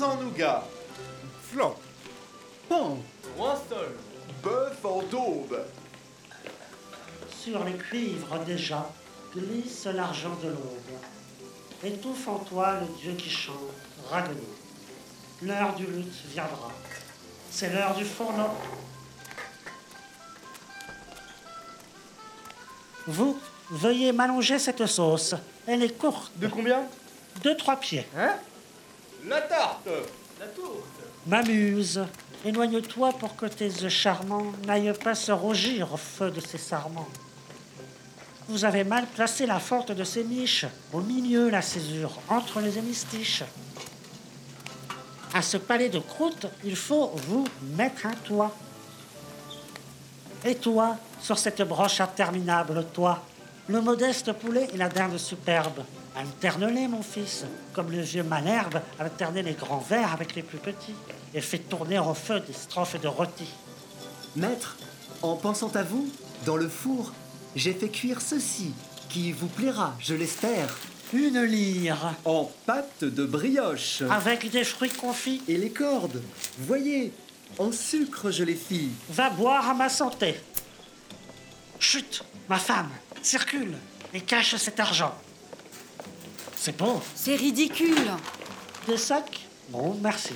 en nougat. Flan. Pan. Rostol. Bœuf en daube. Sur les cuivres déjà glisse l'argent de l'aube. Étouffe en toi le Dieu qui chante, Ragueneau. L'heure du luth viendra. C'est l'heure du fourneau. Vous, veuillez m'allonger cette sauce. Elle est courte. De combien? 2-3 pieds. Hein? La tarte. La tourte. M'amuse. Éloigne-toi pour que tes yeux charmants n'aillent pas se rougir au feu de ces sarments. Vous avez mal placé la forte de ces niches. Au milieu, la césure, entre les hémistiches. À ce palais de croûte, il faut vous mettre un toit. Et toi, sur cette broche interminable, toi, le modeste poulet et la dinde superbe. Alterne-les, mon fils, comme le vieux Malherbe alternait les grands vers avec les plus petits, et fait tourner au feu des strophes de rôti. Maître, en pensant à vous, dans le four, j'ai fait cuire ceci, qui vous plaira, je l'espère. Une lyre, En pâte de brioche. avec des fruits confits, Et les cordes, voyez, en sucre je les fis. va boire à ma santé. Chut, ma femme, circule et cache cet argent. C'est beau. C'est ridicule. Des sacs? Bon, merci.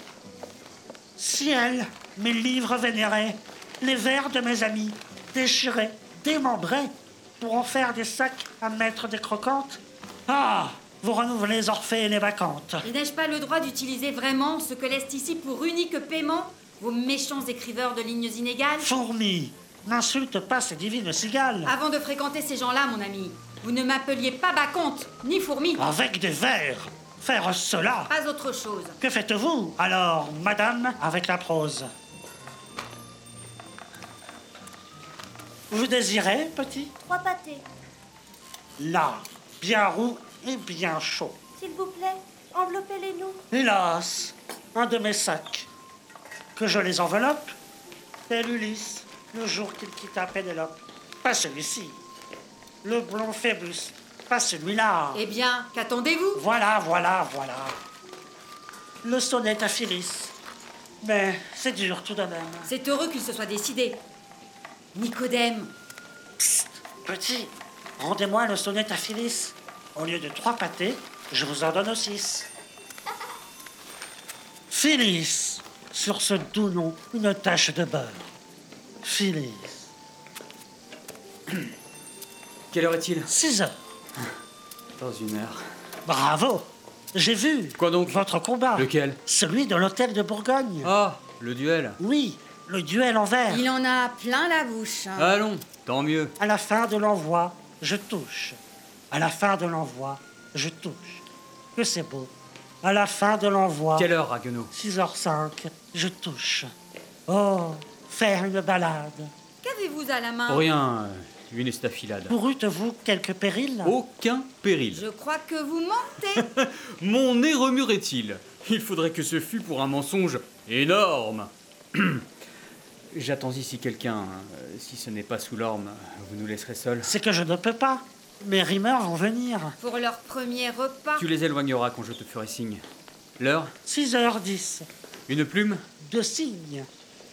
Ciel, mes livres vénérés, les vers de mes amis, déchirés, démembrés, pour en faire des sacs à mettre des croquantes. Ah, vous renouvelez les Orphées et les vacantes. Et n'ai-je pas le droit d'utiliser vraiment ce que laissent ici pour unique paiement vos méchants écriveurs de lignes inégales? Fourmi, n'insulte pas ces divines cigales. Avant de fréquenter ces gens-là, mon ami, vous ne m'appeliez pas Bacchante, ni Fourmi. Avec des vers, faire cela. Pas autre chose. Que faites-vous, alors, madame, avec la prose? Vous désirez, petit? 3 pâtés, Là, bien roux et bien chaud. s'il vous plaît, enveloppez-les-nous. Hélas, un de mes sacs. Que je les enveloppe, tel Ulysse, le jour qu'il quitta Pénélope. Pas celui-ci. Le blond Phébus, pas celui-là. Eh bien, qu'attendez-vous? Voilà. Le sonnet à Phyllis. Mais c'est dur tout de même. C'est heureux qu'il se soit décidé. Nicodème, Psst, petit, rendez-moi le sonnet à Phyllis. Au lieu de 3 pâtés, je vous en donne 6. Phyllis, sur ce doux nom, une tache de beurre. Phyllis. Quelle heure est-il? 6 heures. Dans 1 heure. Bravo. J'ai vu. Quoi donc? Votre combat. Lequel? Celui de l'hôtel de Bourgogne. Ah, le duel. Oui, le duel en verre. il en a plein la bouche. Allons, tant mieux. À la fin de l'envoi, je touche. À la fin de l'envoi, je touche. Que c'est beau. À la fin de l'envoi, Quelle heure, Ragueneau? 6h05, je touche. Oh, faire une balade. Qu'avez-vous à la main? Rien, une estafilade. Courûtes-vous quelques périls? Aucun péril. Je crois que vous mentez. Mon nez remuerait-il? Il faudrait que ce fût pour un mensonge énorme. J'attends ici quelqu'un. Si ce n'est pas sous l'orme, vous nous laisserez seuls. C'est que je ne peux pas. Mes rimeurs vont venir. Pour leur premier repas. Tu les éloigneras quand je te ferai signe. L'heure? 6h10. Une plume? 2 signes.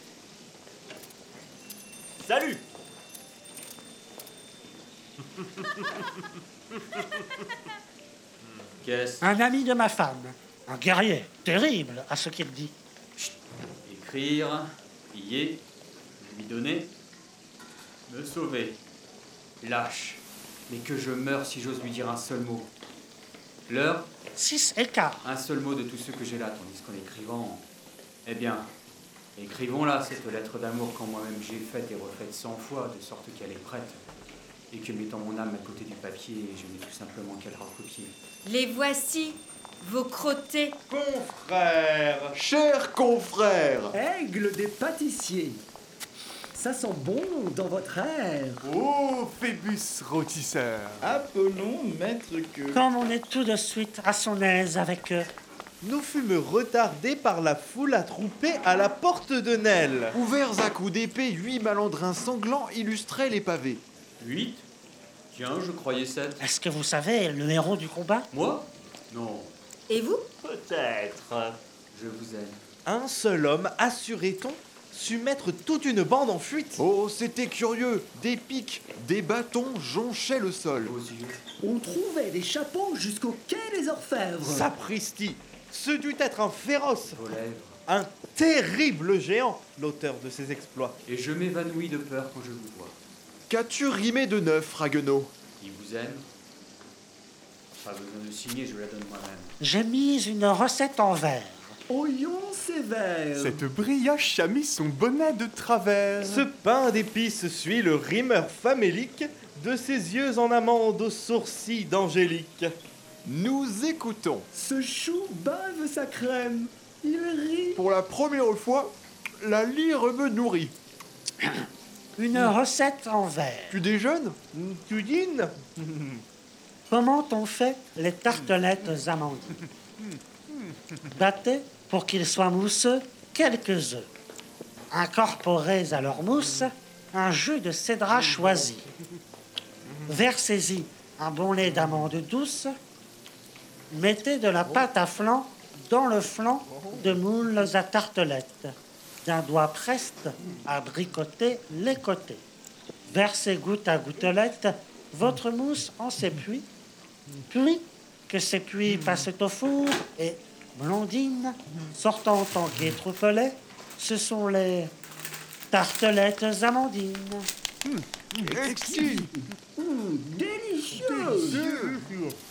Salut. Qu'est-ce? Un ami de ma femme. Un guerrier. Terrible à ce qu'il dit. Écrire, piller, lui donner, me sauver. Lâche, mais que je meure si j'ose lui dire un seul mot. L'heure, 6h15. un seul mot de tout ce que j'ai là, tandis qu'en écrivant... Eh bien, écrivons-la cette lettre d'amour quand moi-même j'ai faite et refaite 100 fois, de sorte qu'elle est prête, et que mettant mon âme à côté du papier, je n'ai tout simplement qu'à le recopier. Les voici, vos crottés. Confrère, cher confrère. Aigle des pâtissiers. Ça sent bon dans votre air. Oh, Phébus rôtisseur. Appelons maître que... Comme on est tout de suite à son aise avec eux. Nous fûmes retardés par la foule attroupée à la porte de Nesle. Ouverts à coups d'épée, 8 malandrins sanglants illustraient les pavés. 8? Tiens, je croyais 7. Est-ce que vous savez le héros du combat? Moi? Non. Et vous? Peut-être. Je vous aime. Un seul homme, assurait-on, sut mettre toute une bande en fuite. Oh, c'était curieux. Des pics, des bâtons jonchaient le sol. Vos yeux. On trouvait des chapeaux jusqu'au quai des Orfèvres. Sapristi, ce dut être un féroce, Vos lèvres. un terrible géant, l'auteur de ces exploits. Et je m'évanouis de peur quand je vous vois. Qu'as-tu rimé de neuf, Raguenaud? Il vous aime. Pas besoin de signer, je la donne moi-même. J'ai mis une recette en verre. Oyons sévère. Cette brioche a mis son bonnet de travers. Ce pain d'épices suit le rimeur famélique de ses yeux en amande aux sourcils d'Angélique. Nous écoutons. Ce chou bave sa crème. Il rit. Pour la première fois, la lyre me nourrit. Une recette en verre. Tu déjeunes? Tu dînes? Comment on fait les tartelettes amandines? Battez, pour qu'ils soient mousseux, quelques œufs. Incorporez à leur mousse un jus de cédrat choisi. Versez-y un bon lait d'amande douce. Mettez de la pâte à flan dans le flanc de moules à tartelettes. D'un doigt preste à bricoter les côtés. Versez goutte à gouttelette votre mousse en ces puits. Puis que ces puits passent au four et Blondine, sortant en gai troupelet, ce sont les tartelettes amandines. Exquis. Délicieux.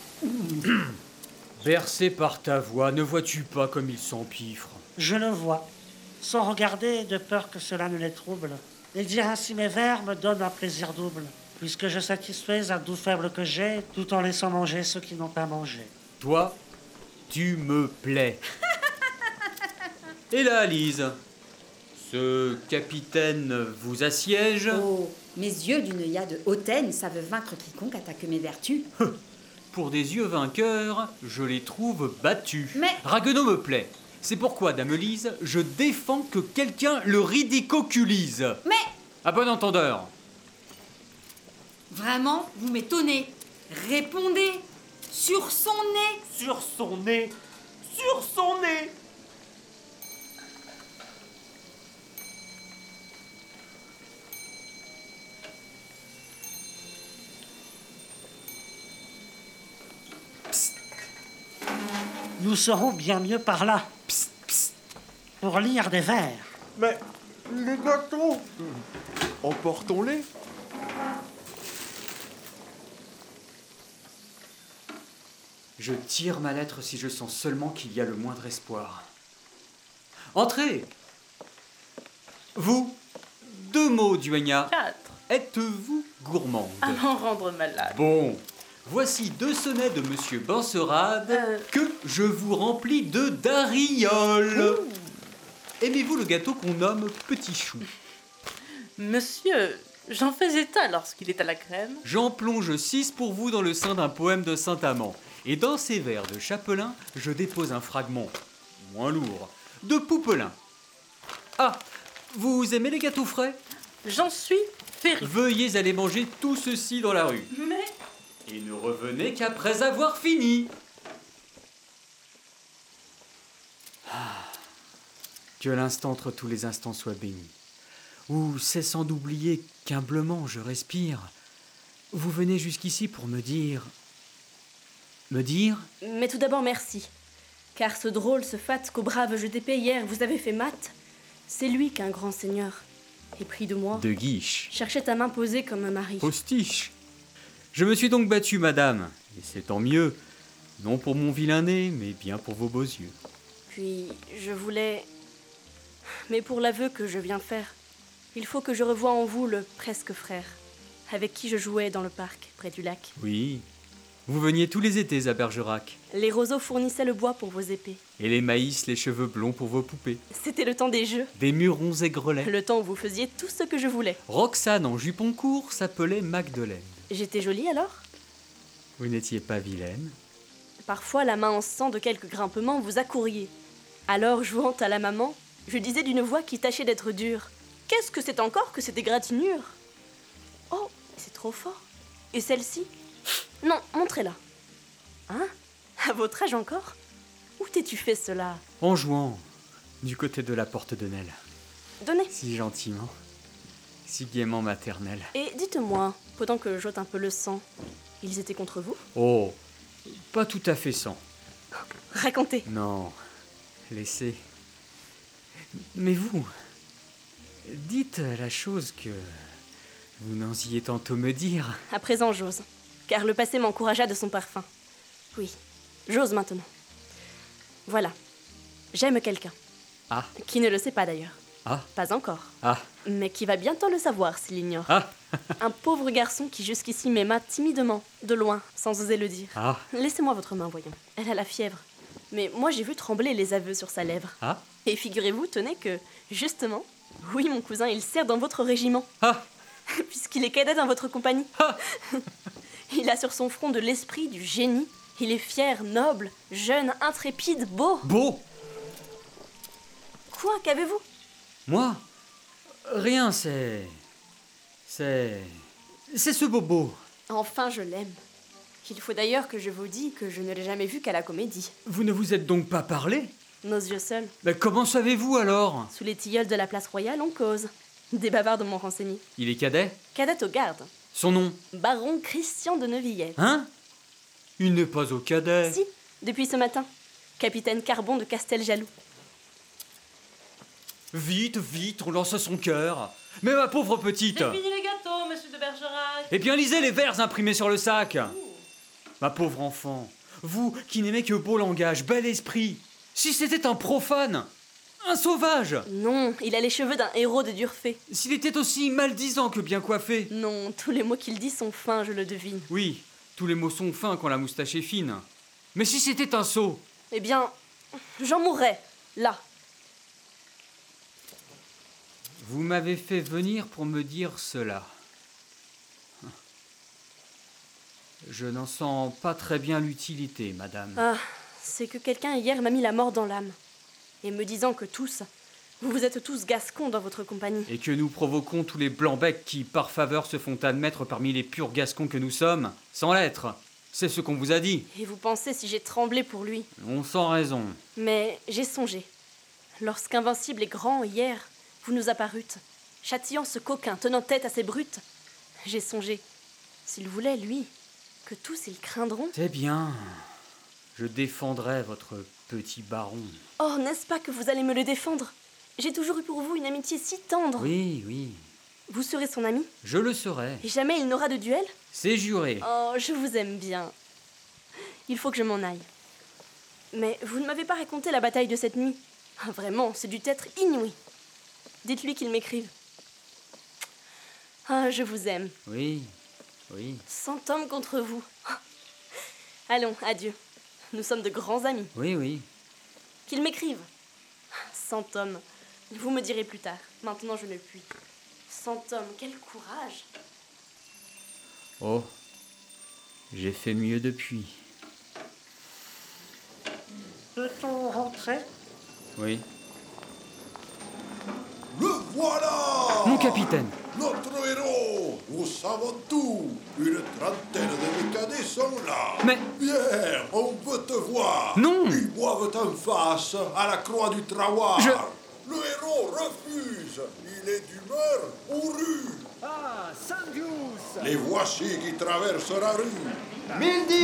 Bercé par ta voix, ne vois-tu pas comme il s'empiffre? Je le vois, sans regarder de peur que cela ne les trouble. Et dire ainsi mes vers me donne un plaisir double, puisque je satisfais un doux faible que j'ai, tout en laissant manger ceux qui n'ont pas mangé. Toi, tu me plais. Et là, Lise, ce capitaine vous assiège? Oh, mes yeux d'une œillade hautaine savent vaincre quiconque attaque mes vertus. Pour des yeux vainqueurs, je les trouve battus. Mais- Raguenaud me plaît. C'est pourquoi, dame Lise, je défends que quelqu'un le ridiculise. Mais À bon entendeur. vraiment, vous m'étonnez. Répondez. Sur son nez. Sur son nez. Sur son nez. Nous serons bien mieux par là. Pour lire des vers. Mais les gâteaux! Emportons-les. Je tire ma lettre si je sens seulement qu'il y a le moindre espoir. Entrez. Vous, 2 mots, duegna. 4. Êtes-vous gourmande? À m'en rendre malade. Bon, voici 2 sonnets de Monsieur Benserade que je vous remplis de darioles. Aimez-vous le gâteau qu'on nomme Petit Chou? Monsieur, j'en fais état lorsqu'il est à la crème. J'en plonge 6 pour vous dans le sein d'un poème de Saint-Amand. Et dans ces vers de Chapelain, je dépose un fragment, moins lourd, de Poupelin. Ah, vous aimez les gâteaux frais? J'en suis féru. Veuillez aller manger tout ceci dans la rue. Mais Et ne revenez qu'après avoir fini. Que l'instant entre tous les instants soit béni. Ou cessant d'oublier qu'humblement je respire, vous venez jusqu'ici pour me dire... Mais tout d'abord, merci. Car ce drôle, ce fat qu'au brave jeu d'épée hier vous avez fait mat, c'est lui qu'un grand seigneur, épris de moi, De guiche. cherchait à m'imposer comme un mari. Postiche. Je me suis donc battu, madame, et c'est tant mieux, non pour mon vilain nez, mais bien pour vos beaux yeux. Puis, je voulais... Mais pour l'aveu que je viens faire, il faut que je revoie en vous le presque frère, avec qui je jouais dans le parc, près du lac. Oui, vous veniez tous les étés à Bergerac, Les roseaux fournissaient le bois pour vos épées. et les maïs, les cheveux blonds pour vos poupées, C'était le temps des jeux, des murons aigrelets. le temps où vous faisiez tout ce que je voulais. Roxane en jupon court s'appelait Magdeleine. J'étais jolie alors? Vous n'étiez pas vilaine? Parfois, la main en sang de quelques grimpements, vous accouriez. Alors, jouant à la maman, je disais d'une voix qui tâchait d'être dure: qu'est-ce que c'est encore que cette égratignure? Oh, c'est trop fort. Et celle-ci? Non, montrez-la. Hein? À votre âge encore? Où t'es-tu fait cela? En jouant, du côté de la porte de Nel. Donnez. Si gentiment, si gaiement maternel. Et dites-moi, pendant que j'ôte un peu le sang, ils étaient contre vous? Oh, pas tout à fait sans. Racontez. Non, laissez. Mais vous, dites la chose que vous n'osiez tantôt me dire. À présent, j'ose, car le passé m'encouragea de son parfum. Oui, j'ose maintenant. Voilà, j'aime quelqu'un. Ah. Qui ne le sait pas d'ailleurs. Ah. Pas encore. Ah. Mais qui va bientôt le savoir s'il l'ignore. Ah. Un pauvre garçon qui jusqu'ici m'aima timidement, de loin, sans oser le dire. Ah. Laissez-moi votre main, voyons. Elle a la fièvre. Mais moi j'ai vu trembler les aveux sur sa lèvre. Ah. Et figurez-vous, tenez que, justement, oui mon cousin, il sert dans votre régiment. Ah. Puisqu'il est cadet dans votre compagnie. Ah. Il a sur son front de l'esprit, du génie. Il est fier, noble, jeune, intrépide, beau. Beau. Quoi, qu'avez-vous? Moi? Rien, c'est ce bobo. Enfin, je l'aime. Il faut d'ailleurs que je vous dise que je ne l'ai jamais vu qu'à la comédie. Vous ne vous êtes donc pas parlé? Nos yeux seuls. Mais comment savez-vous alors? Sous les tilleuls de la place royale, on cause. Des bavards m'ont renseigné. Il est cadet? Cadet aux gardes. Son nom? Baron Christian de Neuvillette. Hein? Il n'est pas au cadet. Si, depuis ce matin. Capitaine Carbon de Casteljaloux. Vite, vite, on lance à son cœur. Mais ma pauvre petite! J'ai fini les gâteaux, monsieur de Bergerac. Eh bien, lisez les vers imprimés sur le sac. Ma pauvre enfant, vous qui n'aimez que beau langage, bel esprit, si c'était un profane, un sauvage! Non, il a les cheveux d'un héros de Durfé. S'il était aussi maldisant que bien coiffé! Non, tous les mots qu'il dit sont fins, je le devine. Oui, tous les mots sont fins quand la moustache est fine. Mais si c'était un sot? Eh bien, j'en mourrais, là. Vous m'avez fait venir pour me dire cela. Je n'en sens pas très bien l'utilité, madame. Ah, c'est que quelqu'un hier m'a mis la mort dans l'âme. Et me disant que tous, vous êtes tous gascons dans votre compagnie. Et que nous provoquons tous les blancs-becs qui, par faveur, se font admettre parmi les purs gascons que nous sommes, sans l'être. C'est ce qu'on vous a dit. Et vous pensez si j'ai tremblé pour lui? On sent raison. Mais j'ai songé. Lorsqu'invincible et grand, hier, vous nous apparûtes, châtillant ce coquin, tenant tête à ces brutes. J'ai songé, s'il voulait, lui, que tous ils craindront. C'est bien. Je défendrai votre petit baron. Oh, n'est-ce pas que vous allez me le défendre? J'ai toujours eu pour vous une amitié si tendre. Oui, oui. Vous serez son ami? Je le serai. Et jamais il n'aura de duel? C'est juré. Oh, je vous aime bien. Il faut que je m'en aille. Mais vous ne m'avez pas raconté la bataille de cette nuit. Ah, vraiment, c'est du être inouï. Dites-lui qu'il m'écrive. Ah, je vous aime. Oui, oui. 100 hommes contre vous. Allons, adieu. Nous sommes de grands amis. Oui, oui. Qu'il m'écrive. 100 hommes. Vous me direz plus tard. Maintenant, je ne puis. 100 hommes, quel courage. Oh, j'ai fait mieux depuis. Peut-on rentrer? Oui. Le voilà! Mon capitaine! Notre héros! Nous savons tout! Une trentaine de mes cadets sont là! Mais... Viens, on veut te voir! Non! Ils boivent en face, à la croix du Traouard! Le héros refuse! Il est d'humeur mourue! Ah, Sandius! Les voici qui traversent la rue!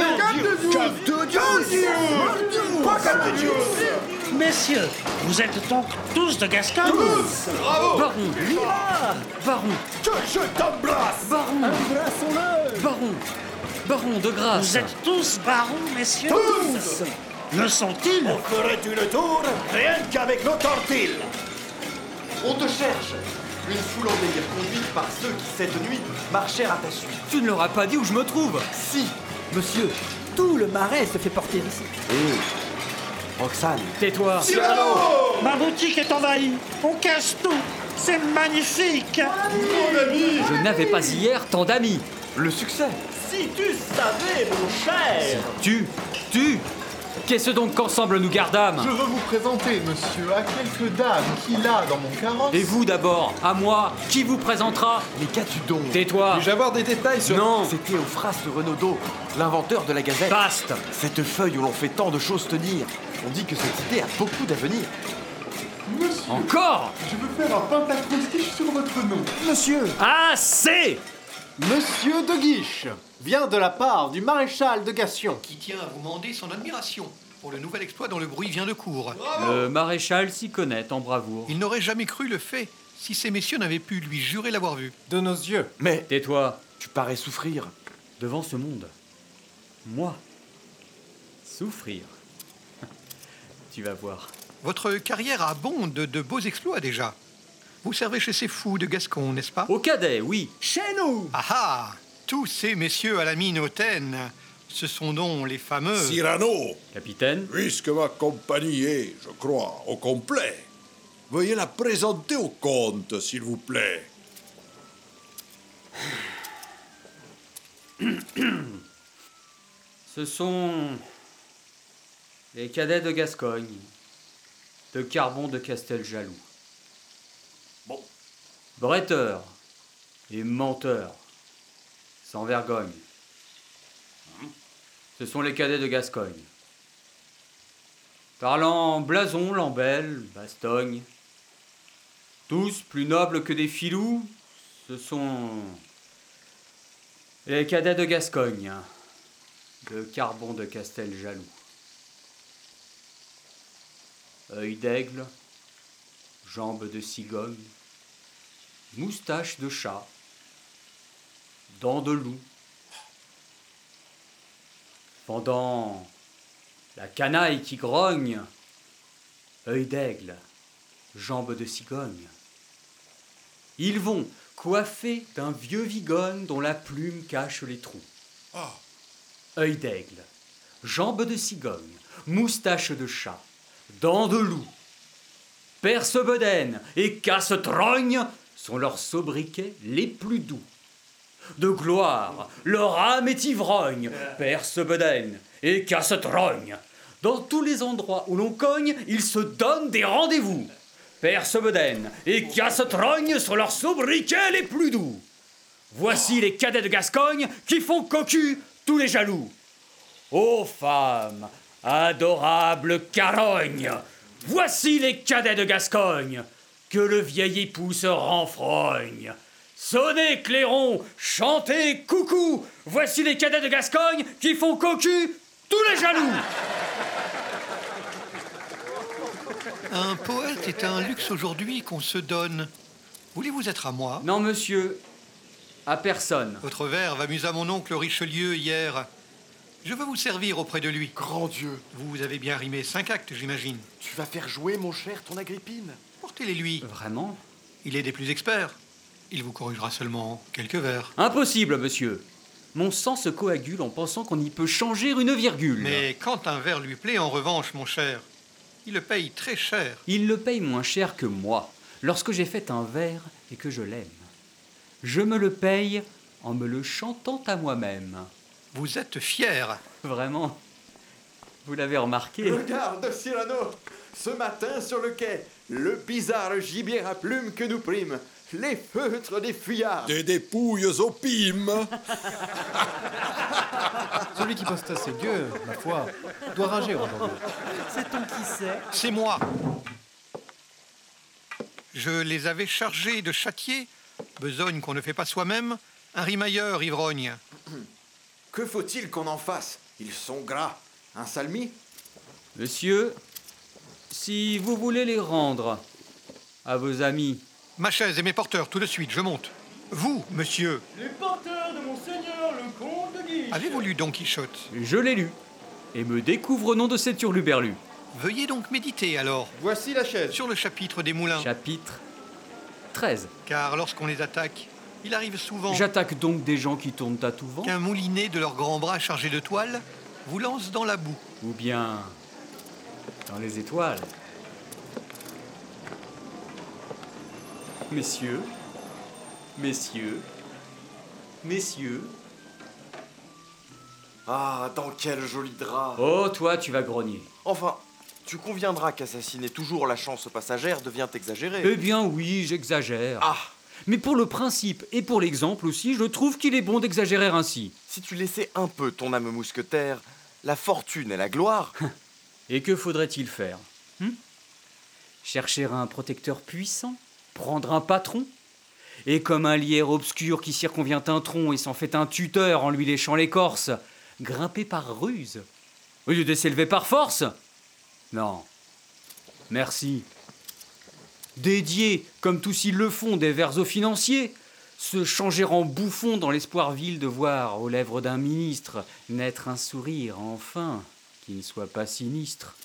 Messieurs, vous êtes donc tous de Gascogne? Bravo! Baron! Baron! Que je t'embrasse! Baron! Embrassons-le! Baron! Baron, de grâce! Vous êtes tous barons, messieurs? Tous! Le sont-ils? On ferait une tour rien qu'avec nos tortilles. On te cherche! Une foule en délire conduite par ceux qui, cette nuit, marchèrent à ta suite. Tu ne leur as pas dit où je me trouve? Si! Monsieur, tout le marais se fait porter ici. Roxane. Tais-toi! Ma boutique est envahie. On casse tout. C'est magnifique. Mon ami! Je n'avais pas hier tant d'amis. Le succès! Si tu savais, mon cher. Tu Qu'est-ce donc qu'ensemble nous gardâmes? Je veux vous présenter, monsieur, à quelques dames qu'il a dans mon carrosse. Et vous d'abord, à moi, qui vous présentera? Mais qu'as-tu donc? Tais-toi. Puis-je avoir des détails sur... Non. C'est Théophraste Renaudot, l'inventeur de la Gazette. Basta. Cette feuille où l'on fait tant de choses tenir. On dit que cette idée a beaucoup d'avenir. Monsieur, Encore? je veux faire un pentacrostiche sur votre nom. Monsieur! Assez! Monsieur de Guiche vient de la part du maréchal de Gassion. Qui tient à vous demander son admiration pour le nouvel exploit dont le bruit vient de court. Le maréchal s'y connaît en bravoure. Il n'aurait jamais cru le fait si ces messieurs n'avaient pu lui jurer l'avoir vu. De nos yeux. Mais Tais-toi. tu parais souffrir. Devant ce monde. Moi. Souffrir. Tu vas voir. Votre carrière abonde de beaux exploits déjà. Vous servez chez ces fous de Gascon, n'est-ce pas? Au cadet, oui. Chez nous. Ah ah! Tous ces messieurs à la mine hautaine, ce sont donc les fameux... Cyrano, Capitaine. puisque ma compagnie est, je crois, au complet, veuillez la présenter au comte, s'il vous plaît. Ce sont les cadets de Gascogne, de Carbon de Casteljaloux. Bon. Bretteurs et menteurs, sans vergogne. Ce sont les cadets de Gascogne. Parlant blason, lambelle, bastogne, tous plus nobles que des filous, ce sont les cadets de Gascogne, de Carbon de Casteljaloux. Œil d'aigle, jambes de cigogne, moustache de chat, dents de loup. Pendant la canaille qui grogne, œil d'aigle, jambes de cigogne. Ils vont coiffés d'un vieux vigogne dont la plume cache les trous. Œil d'aigle, jambes de cigogne, moustache de chat, dents de loup. Perce-bedaine et casse-trogne sont leurs sobriquets les plus doux. De gloire, leur âme est ivrogne, perce-bedaine et casse-trogne. Dans tous les endroits où l'on cogne, ils se donnent des rendez-vous. Perce-bedaine et casse-trogne sont leurs sobriquets les plus doux. Voici les cadets de Gascogne qui font cocu tous les jaloux. Ô femmes, adorable carogne, voici les cadets de Gascogne que le vieil époux se renfrogne. Sonnez, clairon, chantez, coucou, voici les cadets de Gascogne qui font cocu tous les jaloux. Un poète est un luxe aujourd'hui qu'on se donne. Voulez-vous être à moi? Non, monsieur, à personne. Votre verve amusa mon oncle Richelieu hier. Je veux vous servir auprès de lui. Grand Dieu! Vous avez bien rimé 5 actes, j'imagine. Tu vas faire jouer, mon cher, ton Agrippine. Portez-les lui. Vraiment? Il est des plus experts. Il vous corrigera seulement quelques vers. Impossible, monsieur. Mon sang se coagule en pensant qu'on y peut changer une virgule. Mais quand un vers lui plaît, en revanche, mon cher, il le paye très cher. Il le paye moins cher que moi, lorsque j'ai fait un vers et que je l'aime. Je me le paye en me le chantant à moi-même. Vous êtes fier. Vraiment. Vous l'avez remarqué. Regarde, Cyrano, ce matin sur le quai, le bizarre gibier à plumes que nous prîmes, les feutres des fuyards. Des dépouilles au pime. Celui qui posta ces dieux, ma foi, doit rager aujourd'hui. Sait-on qui c'est? C'est moi. Je les avais chargés de châtier, besogne qu'on ne fait pas soi-même, un rimailleur ivrogne. Que faut-il qu'on en fasse? Ils sont gras. Un salmi? Monsieur, si vous voulez les rendre à vos amis... Ma chaise et mes porteurs, tout de suite, je monte. Vous, monsieur, Les porteurs de mon seigneur, le comte de Guiche. avez-vous lu Don Quichotte? Je l'ai lu, et me découvre au nom de cet hurluberlu. Veuillez donc méditer alors. Voici la chaise. Sur le chapitre des moulins. Chapitre 13. Car lorsqu'on les attaque, il arrive souvent J'attaque donc des gens qui tournent à tout vent? qu'un moulinet de leurs grands bras chargés de toile vous lance dans la boue. Ou bien dans les étoiles? Messieurs, messieurs, messieurs, Ah, dans quel joli drap. Oh, toi, tu vas grogner. Enfin, tu conviendras qu'assassiner toujours la chance passagère devient exagéré. Eh bien oui, j'exagère. Ah. Mais pour le principe et pour l'exemple aussi, je trouve qu'il est bon d'exagérer ainsi. Si tu laissais un peu ton âme mousquetaire, la fortune et la gloire... Et que faudrait-il faire Chercher un protecteur puissant? Prendre un patron? Et comme un lierre obscur qui circonvient un tronc et s'en fait un tuteur en lui léchant l'écorce, grimper par ruse, au lieu de s'élever par force? Non. Merci. Dédier, comme tous ils le font, des vers aux financiers, se changer en bouffon dans l'espoir vil de voir aux lèvres d'un ministre naître un sourire, enfin, qui ne soit pas sinistre.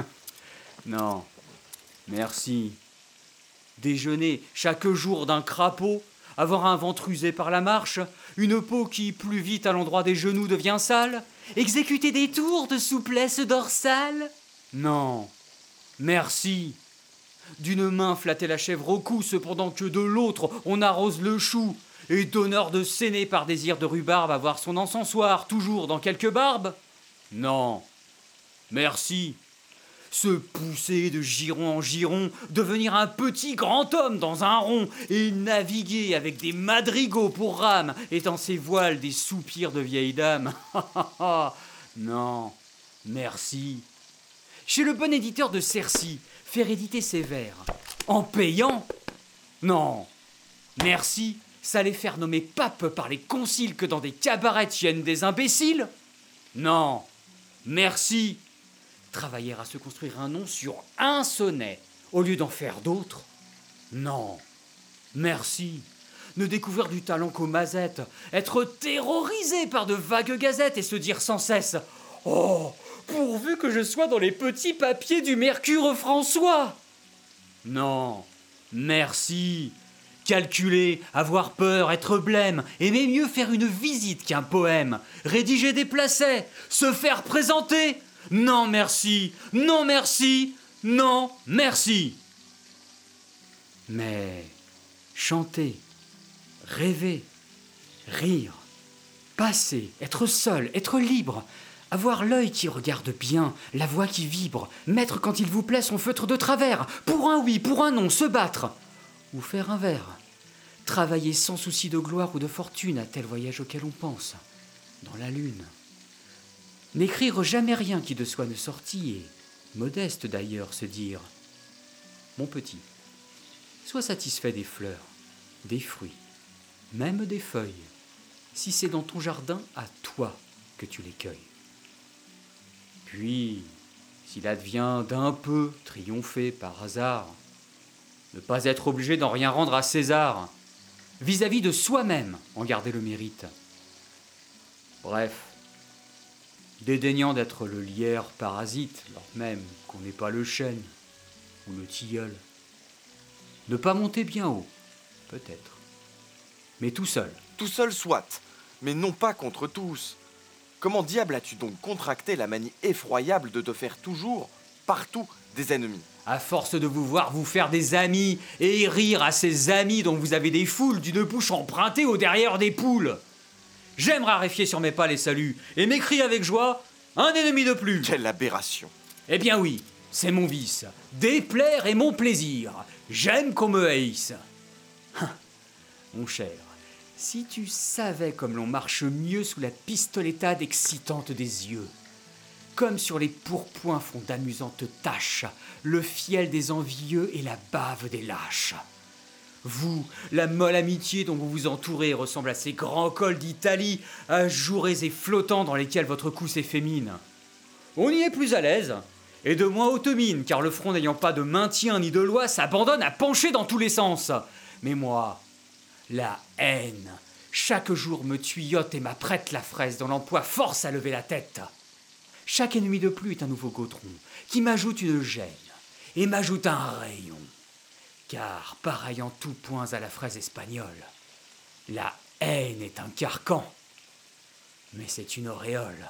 Non. Merci. Déjeuner chaque jour d'un crapaud, avoir un ventre usé par la marche, une peau qui, plus vite à l'endroit des genoux, devient sale, exécuter des tours de souplesse dorsale? Non. Merci. D'une main flatter la chèvre au cou, cependant que de l'autre on arrose le chou, et d'honneur de s'aîner par désir de rhubarbe avoir son encensoir toujours dans quelque barbe? Non. Merci. Se pousser de giron en giron, devenir un petit grand homme dans un rond, et naviguer avec des madrigaux pour rames, et dans ses voiles des soupirs de vieille dame. Non. Merci. Chez le bon éditeur de Cercy, faire éditer ses vers. En payant? Non. Merci, ça les faire nommer pape par les conciles que dans des cabarets tiennent des imbéciles? Non. Merci. Travailler à se construire un nom sur un sonnet, au lieu d'en faire d'autres? Non. Merci. Ne découvrir du talent qu'aux mazettes, être terrorisé par de vagues gazettes et se dire sans cesse « Oh, pourvu que je sois dans les petits papiers du Mercure François !» Non, merci. Calculer, avoir peur, être blême, aimer mieux faire une visite qu'un poème, rédiger des placets, se faire présenter. Non merci, non merci, non merci. Mais chanter, rêver, rire, passer, être seul, être libre, avoir l'œil qui regarde bien, la voix qui vibre, mettre quand il vous plaît son feutre de travers, pour un oui, pour un non, se battre, ou faire un vers, travailler sans souci de gloire ou de fortune à tel voyage auquel on pense, dans la lune. N'écrire jamais rien qui de soi ne sortit, et, modeste d'ailleurs, se dire « Mon petit, sois satisfait des fleurs, des fruits, même des feuilles, si c'est dans ton jardin à toi que tu les cueilles. » Puis, s'il advient d'un peu triompher par hasard, ne pas être obligé d'en rien rendre à César, vis-à-vis de soi-même en garder le mérite. Bref, dédaignant d'être le lierre parasite, lors même qu'on n'est pas le chêne ou le tilleul. Ne pas monter bien haut, peut-être, mais tout seul. Tout seul soit, mais non pas contre tous. Comment diable as-tu donc contracté la manie effroyable de te faire toujours, partout, des ennemis? À force de vous voir vous faire des amis et rire à ces amis dont vous avez des foules d'une bouche empruntée au derrière des poules. J'aime raréfier sur mes pas les saluts et m'écrie avec joie un ennemi de plus. Quelle aberration! Eh bien oui, c'est mon vice. Déplaire est mon plaisir. J'aime qu'on me haïsse. Mon cher, si tu savais comme l'on marche mieux sous la pistoletade excitante des yeux, comme sur les pourpoints font d'amusantes taches, le fiel des envieux et la bave des lâches. Vous, la molle amitié dont vous vous entourez ressemble à ces grands cols d'Italie, ajourés et flottants dans lesquels votre cou s'effémine. On y est plus à l'aise, et de moins haute mine, car le front n'ayant pas de maintien ni de loi s'abandonne à pencher dans tous les sens. Mais moi, la haine, chaque jour me tuyote et m'apprête la fraise dont l'emploi force à lever la tête. Chaque ennemi de plus est un nouveau gautron, qui m'ajoute une gêne, et m'ajoute un rayon. Car, pareil en tout point à la fraise espagnole, la haine est un carcan, mais c'est une auréole.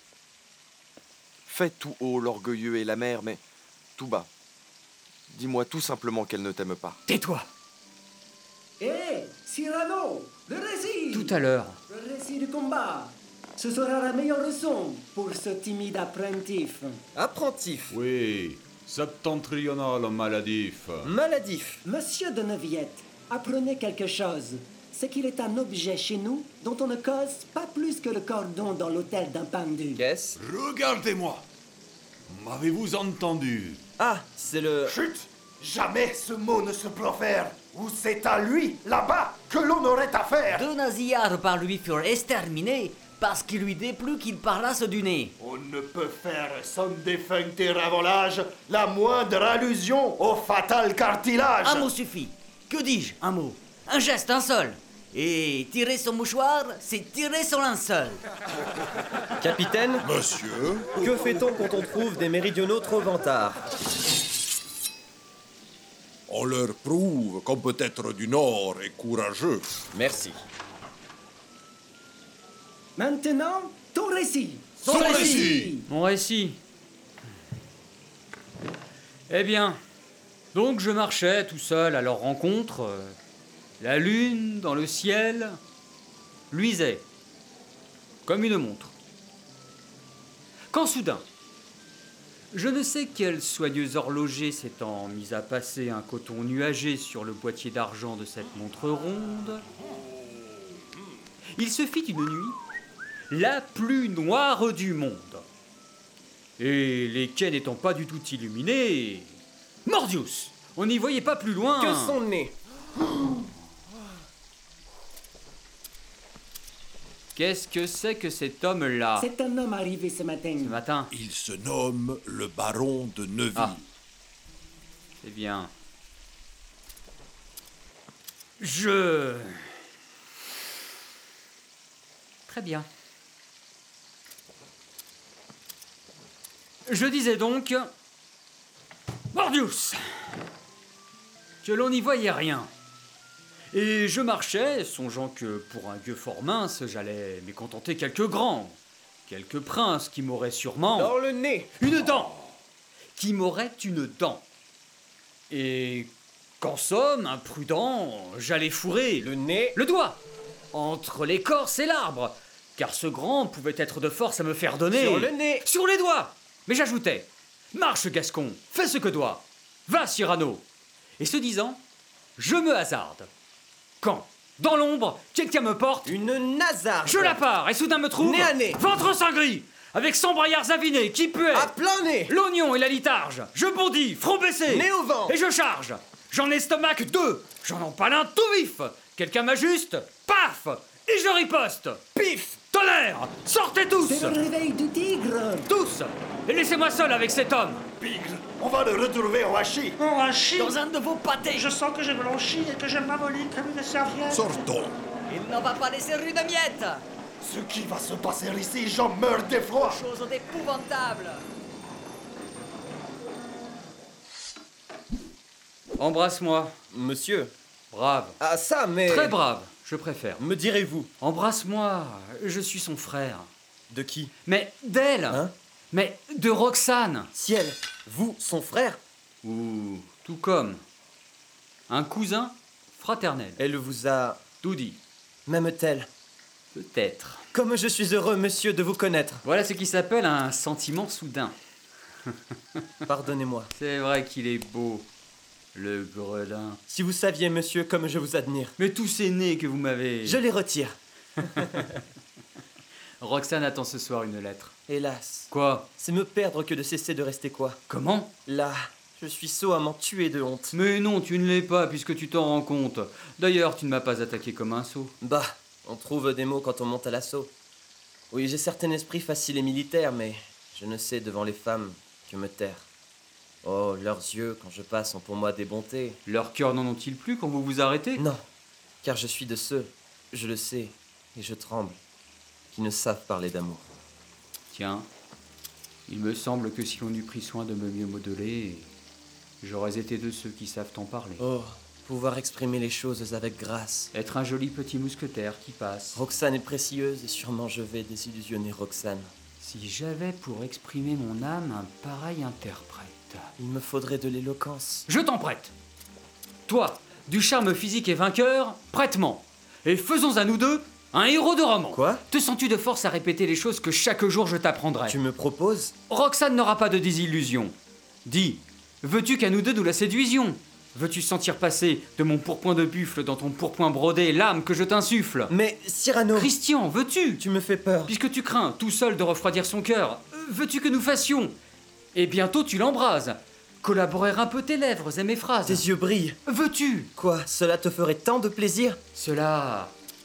Fais tout haut l'orgueilleux et la mère, mais tout bas. Dis-moi tout simplement qu'elle ne t'aime pas. Tais-toi! Hé, Cyrano, le récit! Tout à l'heure. Le récit du combat. Ce sera la meilleure leçon pour ce timide apprentif. Apprentif. Oui, septentrional maladif. Maladif. Monsieur de Neuvillette, apprenez quelque chose. C'est qu'il est un objet chez nous dont on ne cause pas plus que le cordon dans l'hôtel d'un pendu. Qu'est-ce? Regardez-moi. M'avez-vous entendu? Ah, c'est le... Chut! Jamais ce mot ne se profère, ou c'est à lui, là-bas, que l'on aurait affaire. Deux nasillards par lui furent exterminés parce qu'il lui déplut qu'il parlasse du nez. On ne peut faire sans défuncter avant l'âge la moindre allusion au fatal cartilage. Un mot suffit. Que dis-je? Un mot. Un geste, un seul. Et tirer son mouchoir, c'est tirer son linceul. Capitaine? Monsieur? Que fait-on quand on trouve des méridionaux trop vantards? On leur prouve qu'on peut être du Nord et courageux. Merci. Maintenant, ton récit. Son récit. Mon récit. Eh bien, donc je marchais tout seul à leur rencontre. La lune dans le ciel luisait comme une montre. Quand soudain, je ne sais quel soigneux horloger s'étant mis à passer un coton nuagé sur le boîtier d'argent de cette montre ronde, il se fit une nuit la plus noire du monde. Et les quais n'étant pas du tout illuminés, Mordius, on n'y voyait pas plus loin. Que son nez. Qu'est-ce que c'est que cet homme-là? C'est un homme arrivé ce matin. Ce matin? Il se nomme le baron de Neuville. Ah. C'est bien. Très bien. Je disais donc... Mordius! Que l'on n'y voyait rien. Et je marchais, songeant que pour un gueux fort mince, j'allais mécontenter quelques grands, quelques princes qui m'auraient sûrement... Dans le nez! Une dent! Qui m'aurait une dent. Et qu'en somme, imprudent, j'allais fourrer... Le nez? Le doigt! Entre l'écorce et l'arbre, car ce grand pouvait être de force à me faire donner... Sur le nez! Sur les doigts! Mais j'ajoutais, marche Gascon, fais ce que doit, va Cyrano. Et ce disant, je me hasarde. Quand, dans l'ombre, quelqu'un me porte... Une nasarde! Je la pars, et soudain me trouve... Nez à nez! Ventre saint gris, avec 100 braillards avinés, qui puaient... À plein nez! L'oignon et la litarge, je bondis, front baissé... Nez au vent! Et je charge. J'en estomac 2, j'en empale un tout vif. Quelqu'un m'ajuste, paf, et je riposte. Pif, tonnerre, sortez tous! C'est le réveil du tigre! Tous! Et laissez-moi seul avec cet homme! Pigre, on va le retrouver au hachis! Au hachis? Dans un de vos pâtés. Je sens que j'ai blanchi et que je m'amolis comme une serviette. Sortons. Il n'en va pas laisser une miette. Ce qui va se passer ici, j'en meurs d'effroi! Chose d'épouvantable. Embrasse-moi. Monsieur. Brave. Ah ça, mais... Très brave, je préfère. Me direz-vous? Embrasse-moi, je suis son frère. De qui? Mais d'elle. Hein? Mais de Roxane. Ciel, vous, son frère? Ou tout comme un cousin fraternel. Elle vous a... Tout dit. M'aime-t-elle? Peut-être. Comme je suis heureux, monsieur, de vous connaître. Voilà ce qui s'appelle un sentiment soudain. Pardonnez-moi. C'est vrai qu'il est beau, le gredin. Si vous saviez, monsieur, comme je vous admire. Mais tous ces nez que vous m'avez... Je les retire. Roxane attend ce soir une lettre. Hélas. Quoi? C'est me perdre que de cesser de rester quoi? Comment? Là, je suis sot à m'en tuer de honte. Mais non, tu ne l'es pas, puisque tu t'en rends compte. D'ailleurs, tu ne m'as pas attaqué comme un sot. Bah, on trouve des mots quand on monte à l'assaut. Oui, j'ai certain esprit facile et militaire, mais je ne sais devant les femmes que me taire. Oh, leurs yeux, quand je passe, ont pour moi des bontés. Leurs cœurs n'en ont-ils plus quand vous vous arrêtez? Non, car je suis de ceux, je le sais, et je tremble, qui ne savent parler d'amour. Tiens, il me semble que si l'on eût pris soin de me mieux modeler, j'aurais été de ceux qui savent en parler. Oh, pouvoir exprimer les choses avec grâce. Être un joli petit mousquetaire qui passe. Roxane est précieuse et sûrement je vais désillusionner Roxane. Si j'avais pour exprimer mon âme un pareil interprète... Il me faudrait de l'éloquence. Je t'en prête. Toi, du charme physique et vainqueur, prête-m'en. Et faisons à nous deux Un héros de roman. Quoi? Te sens-tu de force à répéter les choses que chaque jour je t'apprendrai? Tu me proposes? Roxane n'aura pas de désillusion. Dis, veux-tu qu'à nous deux nous la séduisions? Veux-tu sentir passer de mon pourpoint de buffle dans ton pourpoint brodé l'âme que je t'insuffle? Mais, Cyrano... Christian, veux-tu? Tu me fais peur. Puisque tu crains, tout seul, de refroidir son cœur, veux-tu que nous fassions? Et bientôt tu l'embrases. Collaborer un peu tes lèvres et mes phrases. Tes yeux brillent. Veux-tu? Quoi? Cela te ferait tant de plaisir? Cela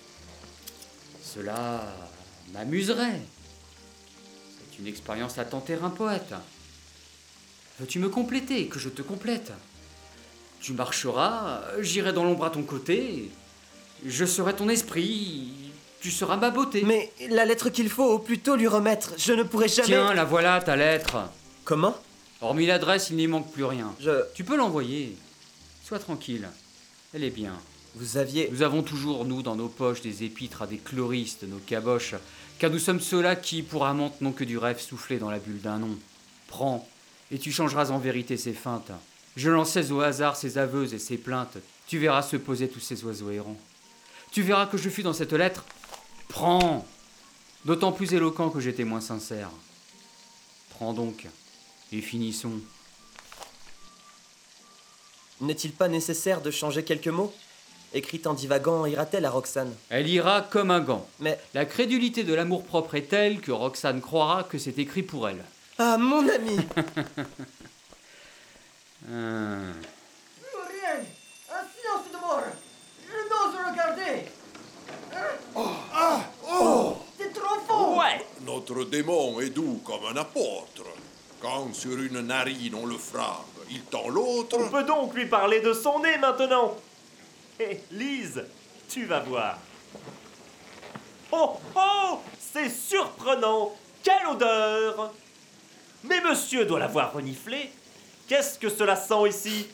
m'amuserait. C'est une expérience à tenter un poète. Veux-tu me compléter, que je te complète? Tu marcheras, j'irai dans l'ombre à ton côté, je serai ton esprit, tu seras ma beauté. Mais la lettre qu'il faut au plus tôt lui remettre, je ne pourrai jamais... Tiens, la voilà, ta lettre. Comment? Hormis l'adresse, il n'y manque plus rien. Tu peux l'envoyer. Sois tranquille, elle est bien. Nous avons toujours, nous, dans nos poches, des épîtres à des chloristes, nos caboches, car nous sommes ceux-là qui, pour amante, n'ont que du rêve soufflé dans la bulle d'un nom. Prends, et tu changeras en vérité ces feintes. Je lançais au hasard ces aveux et ces plaintes. Tu verras se poser tous ces oiseaux errants. Tu verras que je fus dans cette lettre. Prends, d'autant plus éloquent que j'étais moins sincère. Prends donc, et finissons. N'est-il pas nécessaire de changer quelques mots? Écrite en divagant, ira-t-elle à Roxane? Elle ira comme un gant. Mais... La crédulité de l'amour-propre est telle que Roxane croira que c'est écrit pour elle. Ah, mon ami! Rien. Un silence de mort. Je n'ose regarder. C'est trop fort. Ouais. Notre démon est doux comme un apôtre. Quand sur une narine on le frappe, il tend l'autre. On peut donc lui parler de son nez maintenant. Hé, Lise, tu vas voir. Oh, oh, c'est surprenant. Quelle odeur! Mais monsieur doit l'avoir reniflé. Qu'est-ce que cela sent ici?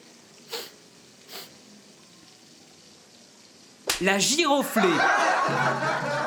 La giroflée.